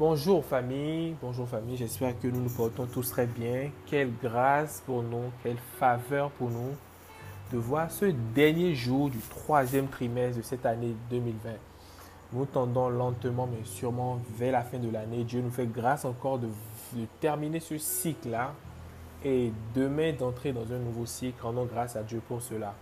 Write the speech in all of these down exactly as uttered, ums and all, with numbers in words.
Bonjour famille, bonjour famille, j'espère que nous nous portons tous très bien. Quelle grâce pour nous, quelle faveur pour nous de voir ce dernier jour du troisième trimestre de cette année deux mille vingt. Nous tendons lentement mais sûrement vers la fin de l'année. Dieu nous fait grâce encore de, de terminer ce cycle-là et demain d'entrer dans un nouveau cycle. Rendons grâce à Dieu pour cela.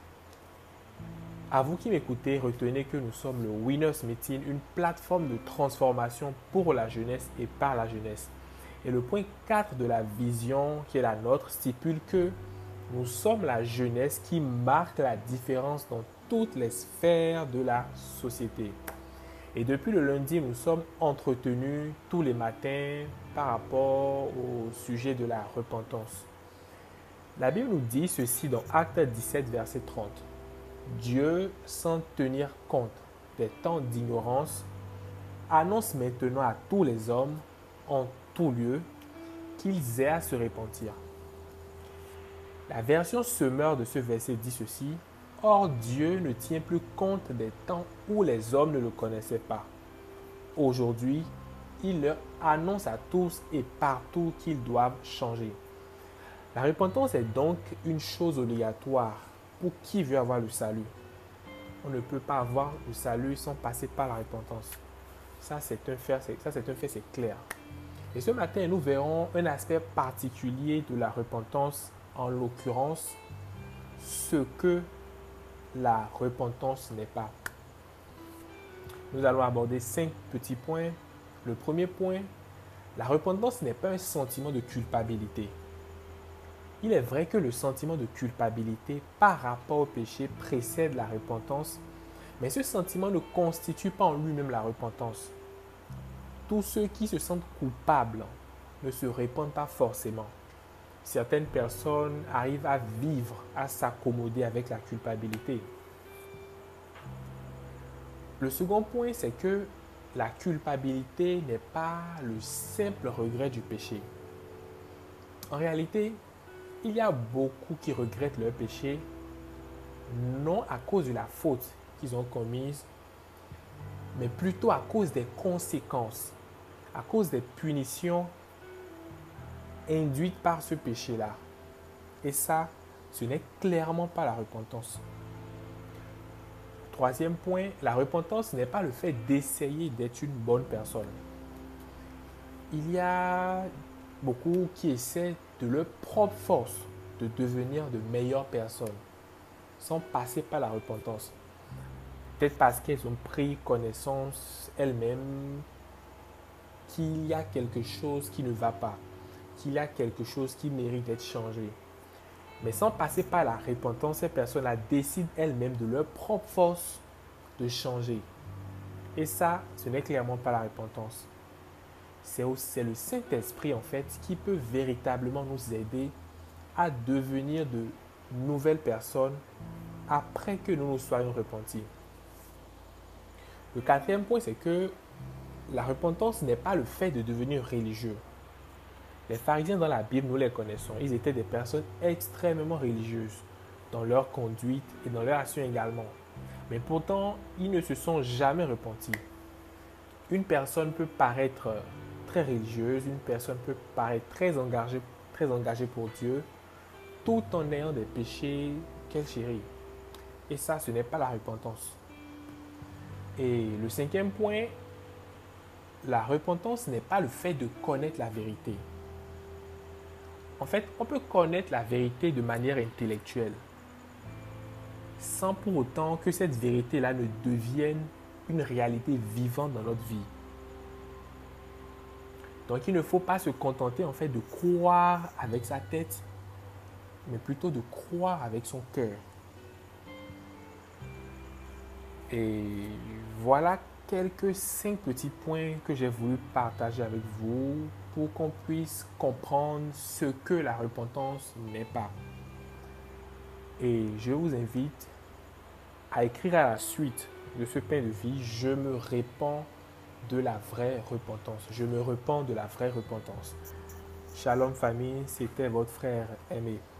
À vous qui m'écoutez, retenez que nous sommes le Winners Meeting, une plateforme de transformation pour la jeunesse et par la jeunesse. Et le point quatre de la vision qui est la nôtre stipule que nous sommes la jeunesse qui marque la différence dans toutes les sphères de la société. Et depuis le lundi, nous sommes entretenus tous les matins par rapport au sujet de la repentance. La Bible nous dit ceci dans Actes dix-sept, verset trente. Dieu, sans tenir compte des temps d'ignorance, annonce maintenant à tous les hommes, en tout lieu, qu'ils aient à se repentir. La version semeur de ce verset dit ceci. Or, Dieu ne tient plus compte des temps où les hommes ne le connaissaient pas. Aujourd'hui, il leur annonce à tous et partout qu'ils doivent changer. La repentance est donc une chose obligatoire pour qui veut avoir le salut. On ne peut pas avoir le salut sans passer par la repentance. Ça, c'est un fait, ça, c'est un fait, c'est clair. Et ce matin, nous verrons un aspect particulier de la repentance, en l'occurrence, ce que la repentance n'est pas. Nous allons aborder cinq petits points. Le premier point, la repentance n'est pas un sentiment de culpabilité. Il est vrai que le sentiment de culpabilité par rapport au péché précède la repentance, mais ce sentiment ne constitue pas en lui-même la repentance. Tous ceux qui se sentent coupables ne se repentent pas forcément. Certaines personnes arrivent à vivre, à s'accommoder avec la culpabilité. Le second point, c'est que la culpabilité n'est pas le simple regret du péché. En réalité, il y a beaucoup qui regrettent leur péché, non à cause de la faute qu'ils ont commise, mais plutôt à cause des conséquences, à cause des punitions induites par ce péché-là. Et ça, ce n'est clairement pas la repentance. Troisième point, la repentance n'est pas le fait d'essayer d'être une bonne personne. Il y a beaucoup qui essaient de leur propre force de devenir de meilleures personnes sans passer par la repentance. Peut-être parce qu'elles ont pris connaissance elles-mêmes qu'il y a quelque chose qui ne va pas, qu'il y a quelque chose qui mérite d'être changé. Mais sans passer par la repentance, ces personnes-là décident elles-mêmes de leur propre force de changer. Et ça, ce n'est clairement pas la repentance. C'est le Saint-Esprit en fait qui peut véritablement nous aider à devenir de nouvelles personnes après que nous nous soyons repentis. Le quatrième point, c'est que la repentance n'est pas le fait de devenir religieux. Les pharisiens dans la Bible, nous les connaissons. Ils étaient des personnes extrêmement religieuses dans leur conduite et dans leur action également. Mais pourtant, ils ne se sont jamais repentis. Une personne peut paraître très religieuse, une personne peut paraître très engagée, très engagée pour Dieu, tout en ayant des péchés qu'elle chérit. Et ça, ce n'est pas la repentance. Et le cinquième point, la repentance n'est pas le fait de connaître la vérité. En fait, on peut connaître la vérité de manière intellectuelle, sans pour autant que cette vérité-là ne devienne une réalité vivante dans notre vie. Donc, il ne faut pas se contenter en fait de croire avec sa tête, mais plutôt de croire avec son cœur. Et voilà quelques cinq petits points que j'ai voulu partager avec vous pour qu'on puisse comprendre ce que la repentance n'est pas. Et je vous invite à écrire à la suite de ce pain de vie, je me répands de la vraie repentance. Je me repens de la vraie repentance. Shalom famille, c'était votre frère aimé.